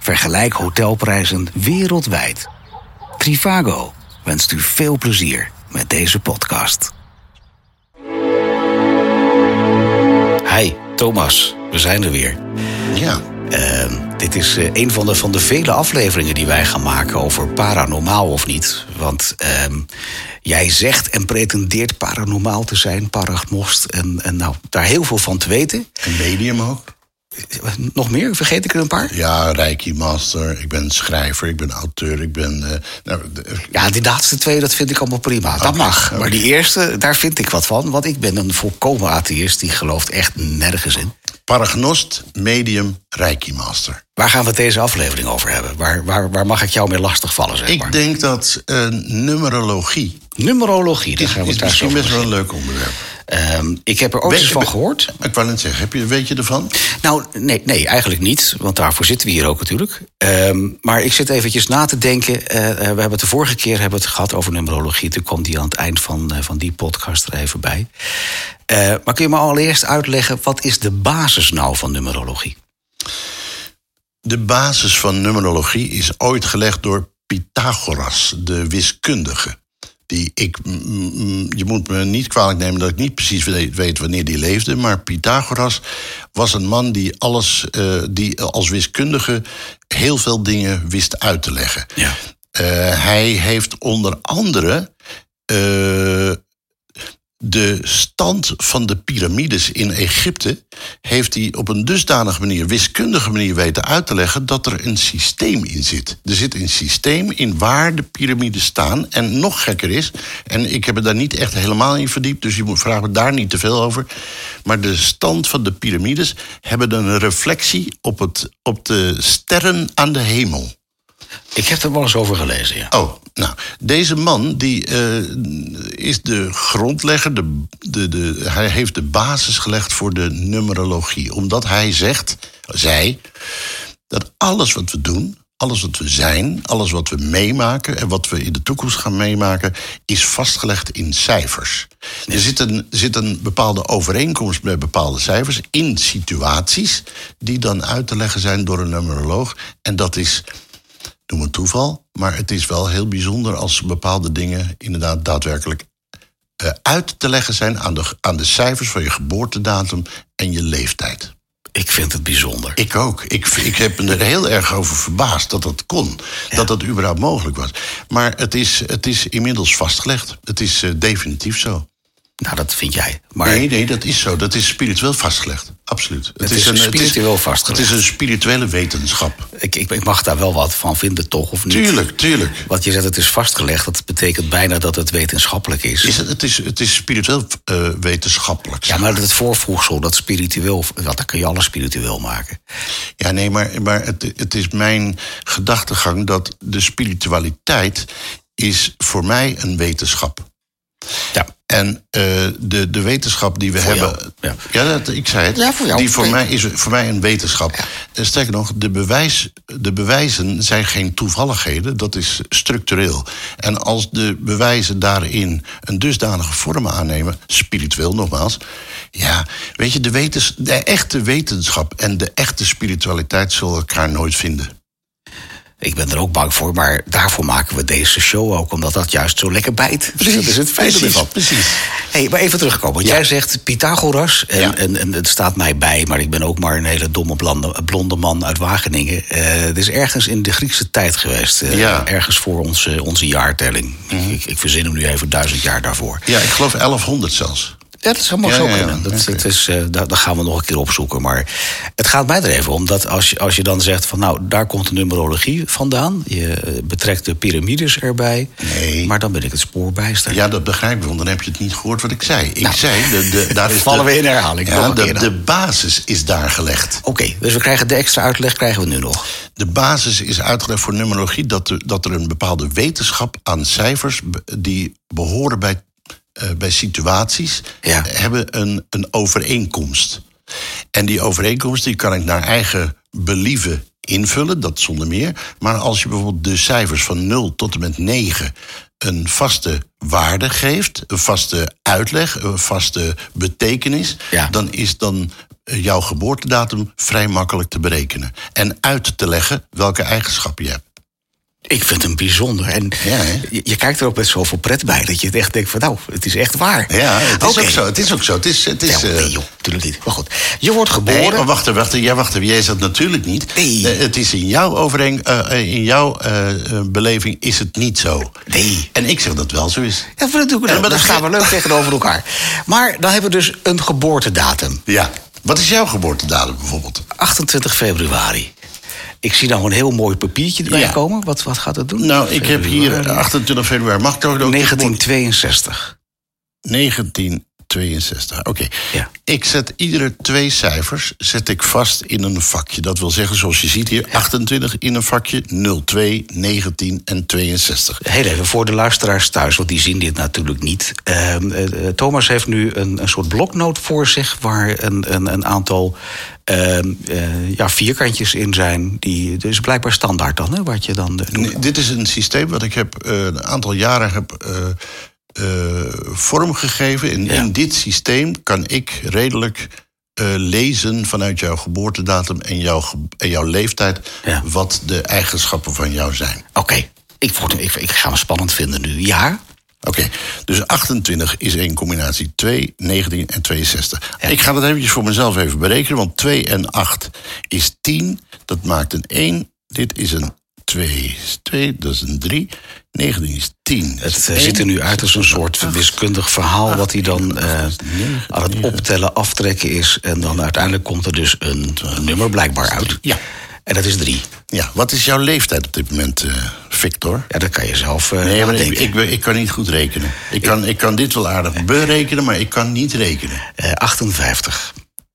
Vergelijk hotelprijzen wereldwijd. Trivago wenst u veel plezier met deze podcast. Hi, Thomas. We zijn er weer. Ja. Dit is een van de vele afleveringen die wij gaan maken over paranormaal of niet. Want jij zegt en pretendeert paranormaal te zijn, paragnost. En nou, daar heel veel van te weten. En medium ook. Nog meer? Vergeet ik er een paar? Ja, Reiki Master. Ik ben schrijver, ik ben auteur, ik ben... Ja, die laatste twee, dat vind ik allemaal prima. Dat mag. Okay. Maar die eerste, daar vind ik wat van. Want ik ben een volkomen atheïst. Die gelooft echt nergens in. Paragnost, medium, Reiki Master. Waar gaan we het deze aflevering over hebben? Waar mag ik jou mee lastig vallen, zeg maar? Ik denk dat numerologie... Numerologie, daar gaan we het misschien best wel een leuk onderwerp. Ik heb er ook eens van gehoord. Ik wou net zeggen, weet je ervan? Nou, nee, eigenlijk niet. Want daarvoor zitten we hier ook natuurlijk. Maar ik zit eventjes na te denken. We hebben het de vorige keer gehad over numerologie. Toen kwam die aan het eind van die podcast er even bij. Maar kun je me allereerst uitleggen, wat is de basis nou van numerologie? De basis van numerologie is ooit gelegd door Pythagoras, de wiskundige. Je moet me niet kwalijk nemen dat ik niet precies weet wanneer die leefde, maar Pythagoras was een man die als wiskundige heel veel dingen wist uit te leggen. Ja. Hij heeft onder andere de stand van de piramides in Egypte heeft hij op een dusdanige manier, wiskundige manier weten uit te leggen dat er een systeem in zit. Er zit een systeem in waar de piramides staan. En nog gekker is, en ik heb het daar niet echt helemaal in verdiept, dus je moet vragen daar niet te veel over. Maar de stand van de piramides hebben een reflectie op de sterren aan de hemel. Ik heb er wel eens over gelezen, ja. Oh, nou, deze man die is de grondlegger, hij heeft de basis gelegd voor de numerologie. Omdat hij zei dat alles wat we doen, alles wat we zijn, alles wat we meemaken en wat we in de toekomst gaan meemaken, is vastgelegd in cijfers. Ja. Er zit een bepaalde overeenkomst bij bepaalde cijfers in situaties die dan uit te leggen zijn door een numeroloog. En dat is... noem het toeval, maar het is wel heel bijzonder als bepaalde dingen inderdaad daadwerkelijk uit te leggen zijn aan de cijfers van je geboortedatum en je leeftijd. Ik vind het bijzonder. Ik ook. Ik heb me er heel erg over verbaasd dat dat kon. Ja. Dat dat überhaupt mogelijk was. Maar het is inmiddels vastgelegd. Het is definitief zo. Nou, dat vind jij. Maar... Nee, dat is zo. Dat is spiritueel vastgelegd. Absoluut. Het is spiritueel vastgelegd. Het is een spirituele wetenschap. Ik mag daar wel wat van vinden, toch? Of niet? Tuurlijk. Want je zegt het is vastgelegd. Dat betekent bijna dat het wetenschappelijk is. Het is spiritueel wetenschappelijk. Ja, maar het voorvoegsel, dat spiritueel... dat kun je alles spiritueel maken. Ja, nee, maar het is mijn gedachtegang dat de spiritualiteit is voor mij een wetenschap. Ja. En de wetenschap die we voor hebben... Jou. Ja, ik zei het. Ja, voor jou. Die voor mij een wetenschap. Ja. Sterker nog, de bewijzen zijn geen toevalligheden. Dat is structureel. En als de bewijzen daarin een dusdanige vorm aannemen... spiritueel nogmaals... ja, weet je, de echte wetenschap en de echte spiritualiteit zullen elkaar nooit vinden. Ik ben er ook bang voor, maar daarvoor maken we deze show ook. Omdat dat juist zo lekker bijt. Precies, dat is het fijne ervan. Precies. Hey, maar even terugkomen. Want jij zegt Pythagoras. En het staat mij bij, maar ik ben ook maar een hele domme blonde man uit Wageningen. Het is ergens in de Griekse tijd geweest. Ergens voor onze jaartelling. Mm-hmm. Ik verzin hem nu even 1000 jaar daarvoor. Ja, ik geloof 1100 zelfs. Ja, dat zou maar zo kunnen. Dat gaan we nog een keer opzoeken. Maar het gaat mij er even om dat als je dan zegt van nou, daar komt de numerologie vandaan. Je betrekt de piramides erbij. Nee. Maar dan ben ik het spoor bijster. Ja, dat begrijp ik, want dan heb je het niet gehoord wat ik zei. Ik zei, daar is vallen we in herhaling. Ja, de basis is daar gelegd. Oké, dus we krijgen de extra uitleg krijgen we nu nog. De basis is uitgelegd voor numerologie dat er een bepaalde wetenschap aan cijfers die behoren bij situaties hebben een overeenkomst. En die overeenkomst die kan ik naar eigen believen invullen, dat zonder meer. Maar als je bijvoorbeeld de cijfers van 0 tot en met 9 een vaste waarde geeft, een vaste uitleg, een vaste betekenis, dan jouw geboortedatum vrij makkelijk te berekenen. En uit te leggen welke eigenschappen je hebt. Ik vind hem bijzonder. En je kijkt er ook met zoveel pret bij dat je echt denkt van nou, het is echt waar. Ja, het is ook zo. Het is ook zo. Nee joh, natuurlijk niet. Maar goed, je wordt geboren. Nee, maar wacht. Jij zegt natuurlijk niet. Nee. Het is in jouw beleving is het niet zo. Nee. En ik zeg dat het wel zo is. Ja, dat doen we dan staan we leuk tegenover elkaar. Maar dan hebben we dus een geboortedatum. Ja. Wat is jouw geboortedatum bijvoorbeeld? 28 februari. Ik zie nou een heel mooi papiertje erbij komen. Wat gaat het doen? Nou, ik heb hier 28 februari. Mag ik ook 1962. 1962, oké. Ja. Ik zet iedere 2 cijfers vast in een vakje. Dat wil zeggen, zoals je ziet hier, 28 in een vakje, 02, 19 en 62. Heel even voor de luisteraars thuis, want die zien dit natuurlijk niet. Thomas heeft nu een soort bloknoot voor zich waar een aantal vierkantjes in zijn. Die is blijkbaar standaard dan, hè, wat je dan doet. Nee, dit is een systeem wat ik heb een aantal jaren heb vormgegeven. In dit systeem kan ik redelijk lezen vanuit jouw geboortedatum en jouw leeftijd wat de eigenschappen van jou zijn. Oké. Ik ga hem spannend vinden nu. Ja? Oké, dus 28 is een combinatie 2, 19 en 62. Ja. Ik ga dat eventjes voor mezelf even berekenen, want 2 en 8 is 10. Dat maakt een 1. Dit is een 2, dat is een 3. 19 is 10. Het ziet er nu uit als een soort wiskundig verhaal wat hij dan aan het optellen, aftrekken is. En dan uiteindelijk komt er dus een nummer blijkbaar uit. Ja. En dat is 3. Ja, wat is jouw leeftijd op dit moment, Victor? Ja, dat kan je zelf nee, maar ik kan niet goed rekenen. Ik kan dit wel aardig berekenen, maar ik kan niet rekenen. 58.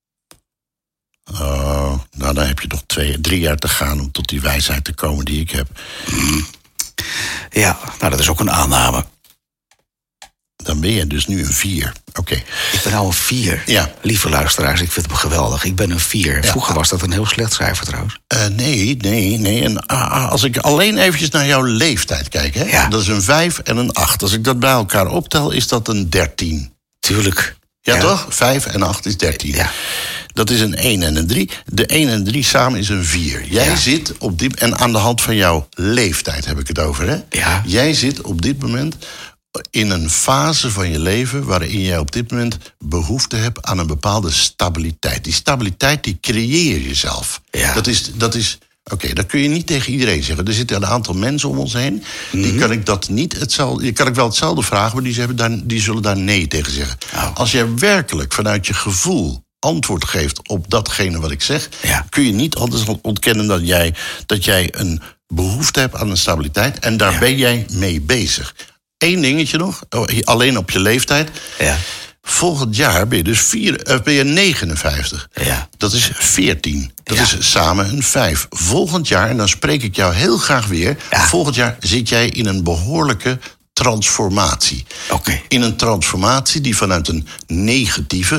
Oh, nou dan heb je nog 3 jaar te gaan om tot die wijsheid te komen die ik heb. Ja, nou dat is ook een aanname. Dan ben je dus nu een 4. Oké. Ik ben nou een 4. Ja. Lieve luisteraars, ik vind hem geweldig. Ik ben een 4. Ja. Vroeger was dat een heel slecht cijfer trouwens. Nee. En als ik alleen eventjes naar jouw leeftijd kijk, hè, ja. Dat is een 5 en een 8. Als ik dat bij elkaar optel, is dat een 13. Tuurlijk. Ja, toch? 5 en 8 is 13. Ja. Dat is een 1 en een 3. De 1 en 3 samen is een 4. Jij zit op dit... En aan de hand van jouw leeftijd heb ik het over, hè? Ja. Jij zit op dit moment in een fase van je leven waarin jij op dit moment behoefte hebt aan een bepaalde stabiliteit. Die stabiliteit, die creëer je zelf. Ja. Dat is oké, dat kun je niet tegen iedereen zeggen. Er zitten een aantal mensen om ons heen. Die kan ik dat niet hetzelfde. Die kan ik wel hetzelfde vragen, maar die zullen daar nee tegen zeggen. Oh. Als jij werkelijk vanuit je gevoel antwoord geeft op datgene wat ik zeg, kun je niet anders ontkennen dat jij een behoefte hebt aan een stabiliteit. En daar ben jij mee bezig. Eén dingetje nog, alleen op je leeftijd. Ja. Volgend jaar ben je dus 59. Ja. Dat is 14. Dat is samen een 5. Volgend jaar, en dan spreek ik jou heel graag weer. Ja. Volgend jaar zit jij in een behoorlijke transformatie. Okay. In een transformatie die vanuit een negatief,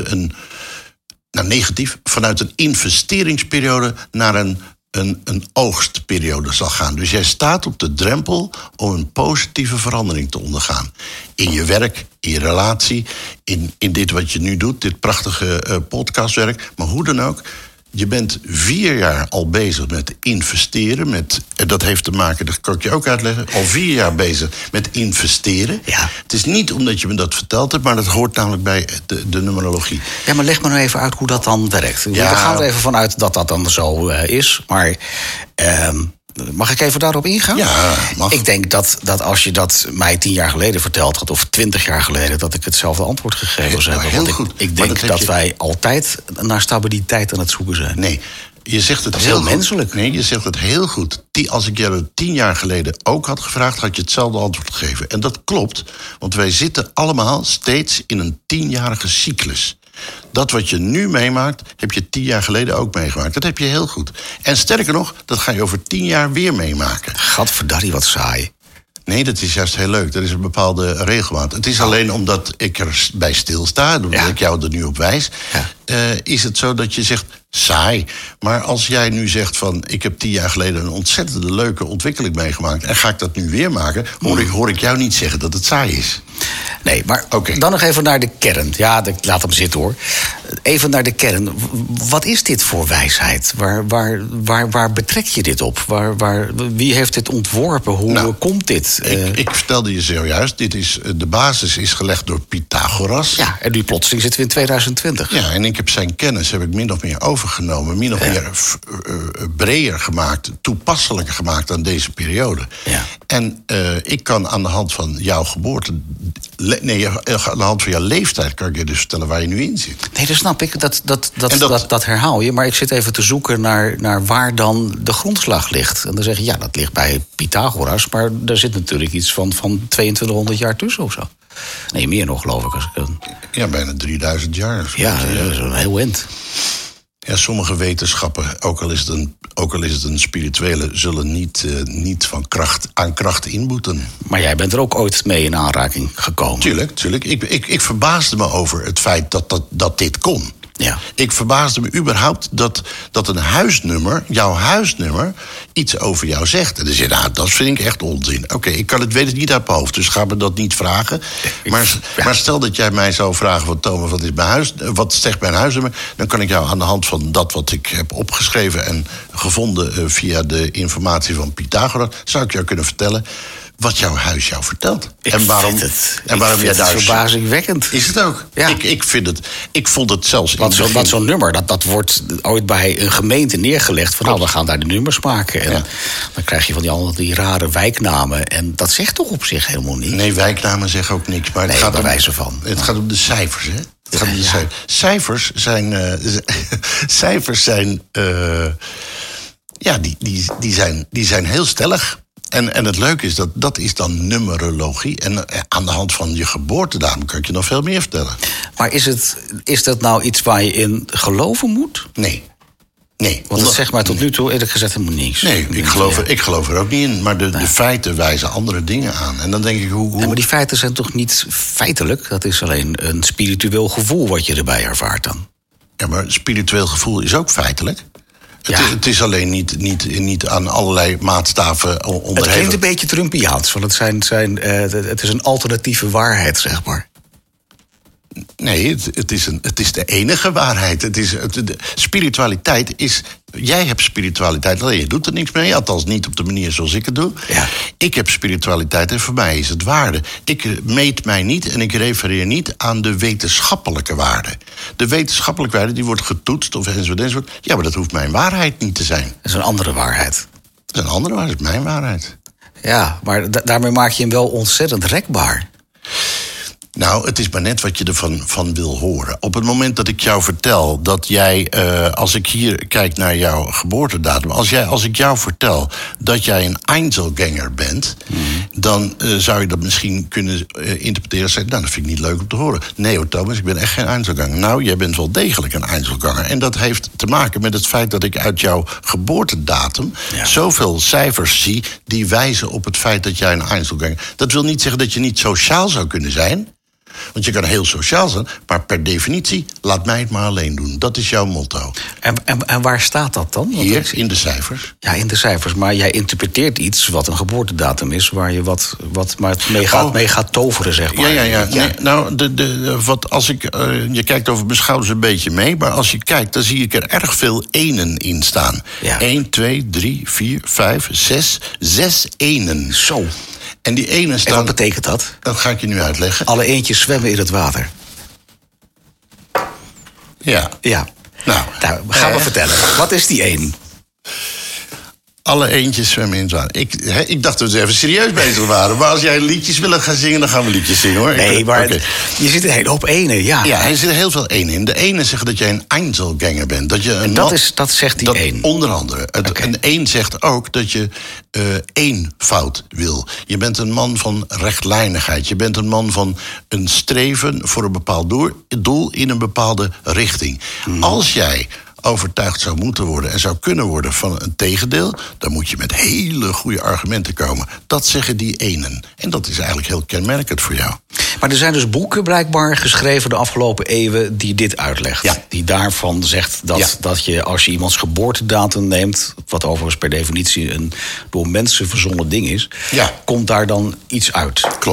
vanuit een investeringsperiode naar een oogstperiode zal gaan. Dus jij staat op de drempel om een positieve verandering te ondergaan. In je werk, in je relatie, in dit wat je nu doet, dit prachtige podcastwerk. Maar hoe dan ook, je bent 4 jaar al bezig met investeren. Dat heeft te maken, dat kan ik je ook uitleggen, al 4 jaar bezig met investeren. Ja. Het is niet omdat je me dat verteld hebt, maar dat hoort namelijk bij de numerologie. Ja, maar leg me nou even uit hoe dat dan werkt. Ja. We gaan er even vanuit dat dat dan zo is. Maar mag ik even daarop ingaan? Ja, mag. Ik denk dat als je dat mij 10 jaar geleden verteld had, of 20 jaar geleden, dat ik hetzelfde antwoord gegeven zou hebben. Heel goed. Ik denk dat wij altijd naar stabiliteit aan het zoeken zijn. Nee, je zegt het heel menselijk. Nee, je zegt het heel goed. Als ik jou 10 jaar geleden ook had gevraagd, had je hetzelfde antwoord gegeven. En dat klopt, want wij zitten allemaal steeds in een 10-jarige cyclus. Dat wat je nu meemaakt, heb je 10 jaar geleden ook meegemaakt. Dat heb je heel goed. En sterker nog, dat ga je over 10 jaar weer meemaken. Gadverdarrie, wat saai. Nee, dat is juist heel leuk. Er is een bepaalde regelmaat. Het is alleen omdat ik er bij stilsta, omdat ik jou er nu op wijs, is het zo dat je zegt, saai. Maar als jij nu zegt van, ik heb 10 jaar geleden een ontzettende leuke ontwikkeling meegemaakt en ga ik dat nu weer maken, hoor ik jou niet zeggen dat het saai is. Nee, maar dan nog even naar de kern. Ja, laat hem zitten hoor. Even naar de kern. Wat is dit voor wijsheid? Waar betrek je dit op? Wie heeft dit ontworpen? Hoe komt dit? Ik vertelde je zojuist, de basis is gelegd door Pythagoras. Ja, en nu plotseling zitten we in 2020. Ja, en ik heb zijn kennis min of meer overgenomen. Min of meer breder gemaakt, toepasselijker gemaakt aan deze periode. Ja. En ik kan aan de hand van jouw geboorte... aan de hand van jouw leeftijd kan ik je dus vertellen waar je nu in zit. Nee, dat snap ik. Dat herhaal je. Maar ik zit even te zoeken naar waar dan de grondslag ligt. En dan zeg je, ja, dat ligt bij Pythagoras. Maar daar zit natuurlijk iets van 2200 jaar tussen of zo. Nee, meer nog, geloof ik. Ja, bijna 3000 jaar. Ja, dat is een heel eind. Ja, sommige wetenschappen, ook al is het een spirituele... zullen niet aan kracht inboeten. Maar jij bent er ook ooit mee in aanraking gekomen. Tuurlijk. Ik verbaasde me over het feit dat dit kon. Ja. Ik verbaasde me überhaupt dat een huisnummer, jouw huisnummer, iets over jou zegt. En dan zeg je, dat vind ik echt onzin. Oké, ik weet het niet uit mijn hoofd, dus ga me dat niet vragen. Maar stel dat jij mij zou vragen van Thomas, wat zegt mijn huisnummer? Dan kan ik jou aan de hand van dat wat ik heb opgeschreven en gevonden via de informatie van Pythagoras, zou ik jou kunnen vertellen wat jouw huis jou vertelt. En waarom jij daar... Het is verbazingwekkend. Is het ook? Ja. Ik vond het zelfs... Want zo'n nummer, dat wordt ooit bij een gemeente neergelegd. Van we gaan daar de nummers maken. En dan krijg je van die rare wijknamen. En dat zegt toch op zich helemaal niks? Nee, wijknamen zeggen ook niks. Maar het gaat bij wijze van. Het gaat om de cijfers, hè? Het gaat om de cijfers. Cijfers zijn... die zijn heel stellig. En het leuke is dat is dan numerologie. En aan de hand van je geboortedatum kan ik je nog veel meer vertellen. Maar is dat nou iets waar je in geloven moet? Nee. Want dat zegt maar tot nu toe eerlijk gezegd helemaal niks. Nee, ik geloof er ook niet in. Maar de feiten wijzen andere dingen aan. En dan denk ik, hoe... Ja, maar die feiten zijn toch niet feitelijk? Dat is alleen een spiritueel gevoel wat je erbij ervaart dan. Ja, maar spiritueel gevoel is ook feitelijk. Ja. Het is alleen niet aan allerlei maatstaven onderhevig. Het klinkt een beetje Trumpiaans, want het is een alternatieve waarheid, zeg maar. Nee, het is de enige waarheid. Spiritualiteit is... Jij hebt spiritualiteit, alleen je doet er niks mee. Althans niet op de manier zoals ik het doe. Ja. Ik heb spiritualiteit en voor mij is het waarde. Ik meet mij niet en ik refereer niet aan de wetenschappelijke waarde. De wetenschappelijke waarde die wordt getoetst of enzovoort. Ja, maar dat hoeft mijn waarheid niet te zijn. Dat is een andere waarheid. Dat is een andere waarheid, dat is mijn waarheid. Ja, maar daarmee maak je hem wel ontzettend rekbaar. Nou, het is maar net wat je ervan wil horen. Op het moment dat ik jou vertel dat jij... als ik hier kijk naar jouw geboortedatum... Als ik jou vertel dat jij een Einzelganger bent... dan zou je dat misschien kunnen interpreteren en zeggen... nou, dat vind ik niet leuk om te horen. Nee hoor, Thomas, ik ben echt geen Einzelganger. Nou, jij bent wel degelijk een Einzelganger. En dat heeft te maken met het feit dat ik uit jouw geboortedatum... zoveel cijfers zie die wijzen op het feit dat jij een Einzelganger... Dat wil niet zeggen dat je niet sociaal zou kunnen zijn... Want je kan heel sociaal zijn, maar per definitie... laat mij het maar alleen doen. Dat is jouw motto. En waar staat dat dan? Hier, in de cijfers. Ja, in de cijfers. Maar jij interpreteert iets wat een geboortedatum is... waar je wat mee gaat toveren, zeg maar. Ja. Nee, nou, als ik... je kijkt over mijn schouders een beetje mee... maar als je kijkt, dan zie ik er erg veel enen in staan. Ja. 1, 2, 3, 4, 5, 6 enen. Zo. En die enen staan... En wat betekent dat? Dat ga ik je nu uitleggen. Alle eentjes zwemmen in het water. Ja. Nou ga maar vertellen. Wat is die één? Alle eentjes zwemmen in het water. Ik dacht dat we even serieus bezig waren. Maar als jij liedjes wil gaan zingen, dan gaan we liedjes zingen, hoor. Nee, maar je zit een hele hoop enen, ja. Ja, er zitten heel veel enen in. De ene zegt dat jij een Einzelganger bent. Dat zegt die één. Onder andere. En één zegt ook dat je eenvoud wil. Je bent een man van rechtlijnigheid. Je bent een man van een streven voor een bepaald doel in een bepaalde richting. Als jij overtuigd zou moeten worden en zou kunnen worden van een tegendeel, dan moet je met hele goede argumenten komen. Dat zeggen die enen. En dat is eigenlijk heel kenmerkend voor jou. Maar er zijn dus boeken blijkbaar geschreven de afgelopen eeuwen die dit uitlegt. Ja. Die daarvan zegt dat je als je iemands geboortedatum neemt, wat overigens per definitie een door mensen verzonnen ding is, komt daar dan iets uit. Klopt.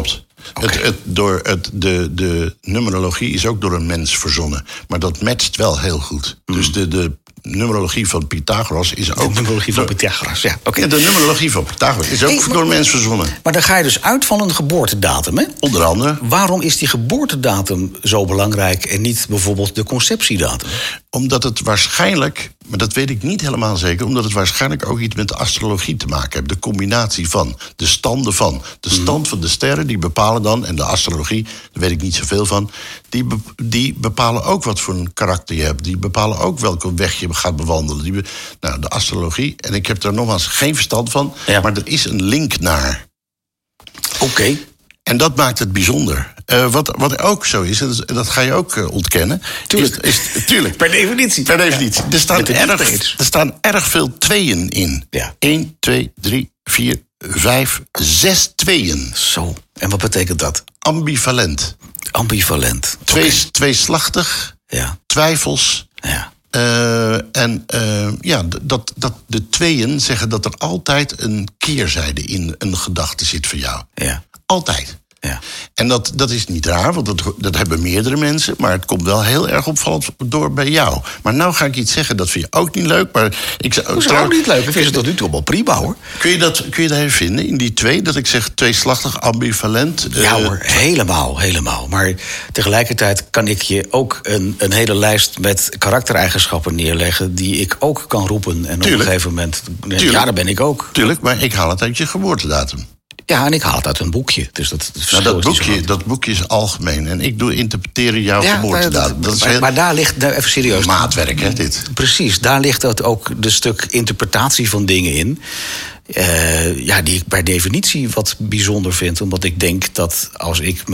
Okay. De numerologie is ook door een mens verzonnen. Maar dat matcht wel heel goed. Dus de numerologie van Pythagoras is ook... De numerologie van Pythagoras, ja. Okay. Ja, de numerologie van Pythagoras is ook door een mens verzonnen. Maar dan ga je dus uit van een geboortedatum, hè? Onder andere. Waarom is die geboortedatum zo belangrijk en niet bijvoorbeeld de conceptiedatum? Omdat het waarschijnlijk, maar dat weet ik niet helemaal zeker... omdat het waarschijnlijk ook iets met de astrologie te maken heeft. De combinatie van, de standen van. De stand van de sterren, die bepalen dan... en de astrologie, daar weet ik niet zoveel van... die bepalen ook wat voor een karakter je hebt. Die bepalen ook welke weg je gaat bewandelen. De astrologie, en ik heb daar nogmaals geen verstand van... Ja. maar er is een link naar. Oké. En dat maakt het bijzonder. Wat ook zo is, en dat ga je ook ontkennen... Tuurlijk. Tuurlijk. Per definitie. Per definitie. Ja. Er staan erg veel tweeën in. Ja. 1, 2, 3, 4, 5, 6 tweeën. Zo. En wat betekent dat? Ambivalent. Ambivalent. Tweeslachtig. Ja. Twijfels. Ja. Dat de tweeën zeggen dat er altijd een keerzijde in een gedachte zit voor jou. Ja. Altijd. Ja. En dat is niet raar, want dat hebben meerdere mensen... maar het komt wel heel erg opvallend door bij jou. Maar nou ga ik iets zeggen, dat vind je ook niet leuk. Maar Hoezo ook niet leuk? Ik vind het tot nu toe wel prima, hoor. Kun je dat even vinden, in die twee? Dat ik zeg tweeslachtig, ambivalent? Ja hoor, helemaal. Maar tegelijkertijd kan ik je ook een hele lijst met karaktereigenschappen neerleggen... die ik ook kan roepen. En op een gegeven moment, ja, daar ben ik ook. Tuurlijk, maar ik haal het uit je geboortedatum. Ja, en ik haal het uit een boekje. Dus dat boekje is algemeen. En ik doe interpreteren jouw geboortedatum. Maar daar ligt, even serieus... Maatwerk, hè, dit. Precies, daar ligt dat ook de stuk interpretatie van dingen in... die ik per definitie wat bijzonder vind. Omdat ik denk dat als ik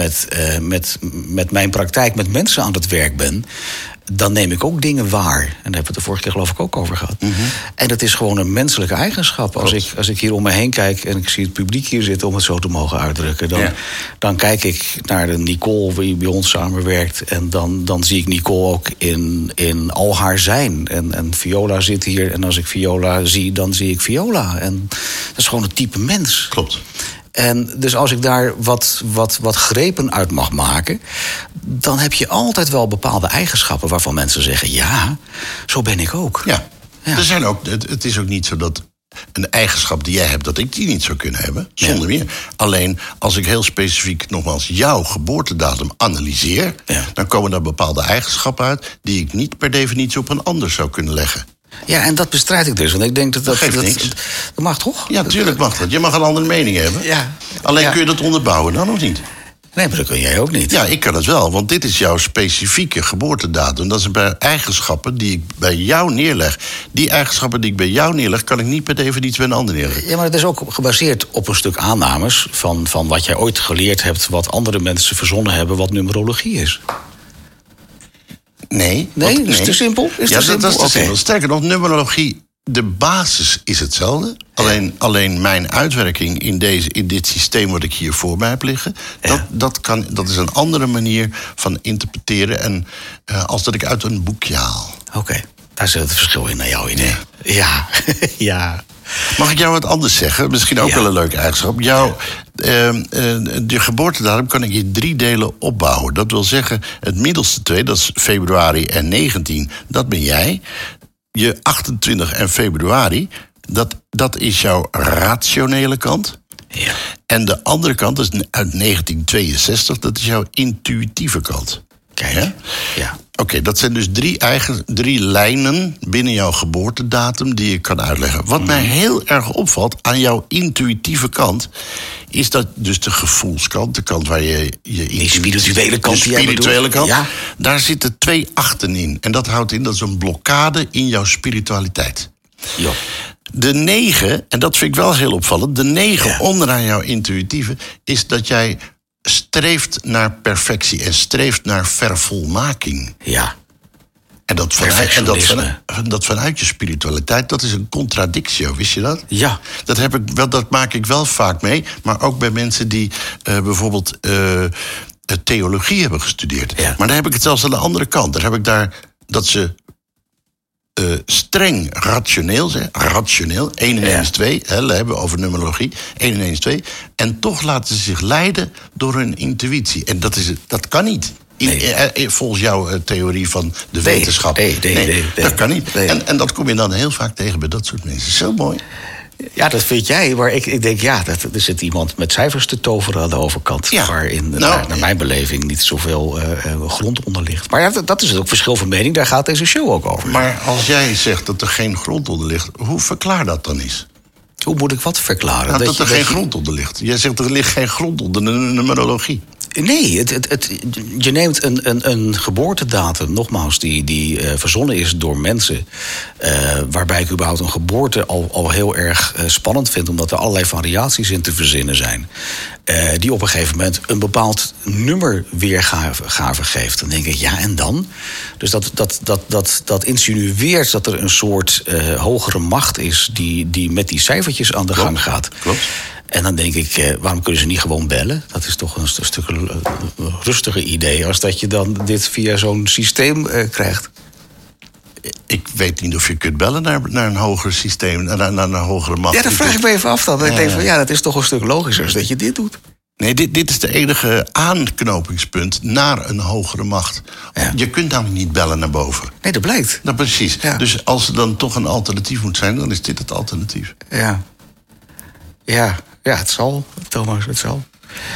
met mijn praktijk met mensen aan het werk ben... dan neem ik ook dingen waar. En daar hebben we het de vorige keer geloof ik ook over gehad. Mm-hmm. En dat is gewoon een menselijke eigenschap. Als ik hier om me heen kijk en ik zie het publiek hier zitten... om het zo te mogen uitdrukken... dan kijk ik naar de Nicole die bij ons samenwerkt... en dan zie ik Nicole ook in al haar zijn. En Viola zit hier en als ik Viola zie, dan zie ik Viola. En dat is gewoon een type mens. Klopt. En dus als ik daar wat grepen uit mag maken... dan heb je altijd wel bepaalde eigenschappen waarvan mensen zeggen... ja, zo ben ik ook. Ja. Er zijn ook, het is ook niet zo dat een eigenschap die jij hebt... dat ik die niet zou kunnen hebben, zonder meer. Alleen als ik heel specifiek nogmaals jouw geboortedatum analyseer... dan komen daar bepaalde eigenschappen uit... die ik niet per definitie op een ander zou kunnen leggen. Ja, en dat bestrijd ik dus. Want ik denk dat mag toch? Ja, natuurlijk mag dat. Je mag een andere mening hebben. Ja. Alleen kun je dat onderbouwen dan of niet? Nee, maar dat kun jij ook niet. Ja, ik kan het wel, want dit is jouw specifieke geboortedatum. Dat zijn eigenschappen die ik bij jou neerleg. Die eigenschappen die ik bij jou neerleg... kan ik niet per definitie bij een ander neerleggen. Ja, maar het is ook gebaseerd op een stuk aannames... van wat jij ooit geleerd hebt... wat andere mensen verzonnen hebben, wat numerologie is. Nee. Is het te simpel? Dat is te simpel. Sterker nog, numerologie, de basis is hetzelfde. Alleen mijn uitwerking in dit systeem wat ik hier voor mij heb liggen... dat is een andere manier van interpreteren... en als dat ik uit een boekje haal. Oké, daar zit het verschil in naar jouw idee. Ja. Ja. Mag ik jou wat anders zeggen? Misschien ook wel een leuke eigenschap. De geboortedatum kan ik in 3 delen opbouwen. Dat wil zeggen, het middelste 2, dat is februari en 19, dat ben jij. Je 28 en februari, dat is jouw rationele kant. Ja. En de andere kant, dat is uit 1962, dat is jouw intuïtieve kant. Kijk, ja. Oké, dat zijn dus 3 lijnen binnen jouw geboortedatum die je kan uitleggen. Wat mij heel erg opvalt aan jouw intuïtieve kant... is dat dus de gevoelskant, de kant waar je die spirituele kant. De spirituele kant, ja. Daar zitten 2 achten in. En dat houdt in, dat is een blokkade in jouw spiritualiteit. Ja. De 9, en dat vind ik wel heel opvallend... de 9 onderaan jouw intuïtieve is dat jij... streeft naar perfectie en streeft naar vervolmaking. Ja. En dat vanuit je spiritualiteit, dat is een contradictio, wist je dat? Ja. Dat maak ik wel vaak mee, maar ook bij mensen die bijvoorbeeld theologie hebben gestudeerd. Ja. Maar dan heb ik het zelfs aan de andere kant. Dat ze streng rationeel zijn. Rationeel, 1 en 1 is 2. We hebben over numerologie. 1 en 1 is 2. En toch laten ze zich leiden door hun intuïtie. En dat kan niet. Volgens jouw theorie van de wetenschap. Nee, dat kan niet. Nee. En dat kom je dan heel vaak tegen bij dat soort mensen. Zo mooi. Ja, dat vind jij. Maar ik denk, er zit iemand met cijfers te toveren aan de overkant. Ja. Waarin, naar mijn beleving, niet zoveel grond onder ligt. Maar ja, dat is ook verschil van mening. Daar gaat deze show ook over. Maar als jij zegt dat er geen grond onder ligt, hoe verklaar dat dan eens? Hoe moet ik wat verklaren? Dat er geen grond onder ligt. Jij zegt er ligt geen grond onder de numerologie. Nee, je neemt een geboortedatum, nogmaals, die verzonnen is door mensen. Waarbij ik überhaupt een geboorte al heel erg spannend vind, omdat er allerlei variaties in te verzinnen zijn. Die op een gegeven moment een bepaald nummer weergave geeft. Dan denk ik, ja, en dan? Dus dat insinueert dat er een soort hogere macht is die met die cijfertjes aan de gang gaat. Klopt. En dan denk ik, waarom kunnen ze niet gewoon bellen? Dat is toch een stuk rustiger idee als dat je dan dit via zo'n systeem krijgt. Ik weet niet of je kunt bellen naar een hoger systeem, naar een hogere macht. Ja, dat vraag ik me even af dan. Ik denk van, dat is toch een stuk logischer dat je dit doet. Nee, dit is de enige aanknopingspunt naar een hogere macht. Ja. Je kunt namelijk niet bellen naar boven. Nee, dat blijkt. Nou, precies. Ja. Dus als er dan toch een alternatief moet zijn, dan is dit het alternatief. Ja, het zal, Thomas, het zal.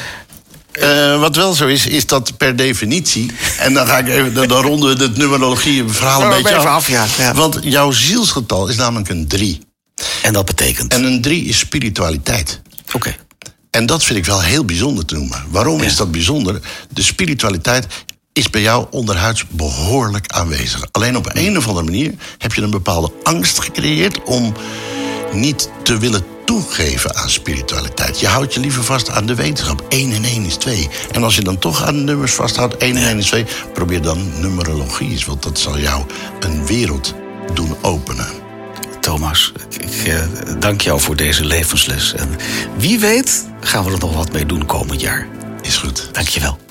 Wat wel zo is dat per definitie. En dan ga ik even, dan ronden we het numerologie verhaal een beetje af. Ja. Want jouw zielsgetal is namelijk een 3. En dat betekent? En een 3 is spiritualiteit. Oké. En dat vind ik wel heel bijzonder te noemen. Waarom is dat bijzonder? De spiritualiteit is bij jou onderhuids behoorlijk aanwezig. Alleen op een of andere manier heb je een bepaalde angst gecreëerd om niet te willen toegeven aan spiritualiteit. Je houdt je liever vast aan de wetenschap. 1 en 1 is 2. En als je dan toch aan de nummers vasthoudt, 1 en 1 is 2... probeer dan numerologie, want dat zal jou een wereld doen openen. Thomas, ik dank jou voor deze levensles. En wie weet gaan we er nog wat mee doen komend jaar. Is goed. Dank je wel.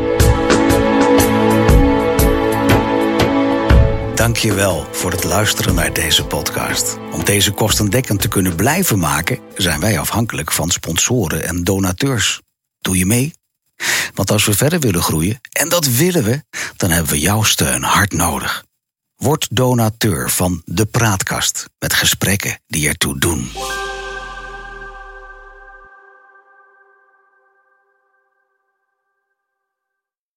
Dank je wel voor het luisteren naar deze podcast. Om deze kostendekkend te kunnen blijven maken, zijn wij afhankelijk van sponsoren en donateurs. Doe je mee? Want als we verder willen groeien, en dat willen we, dan hebben we jouw steun hard nodig. Word donateur van De Praatkast, met gesprekken die ertoe doen.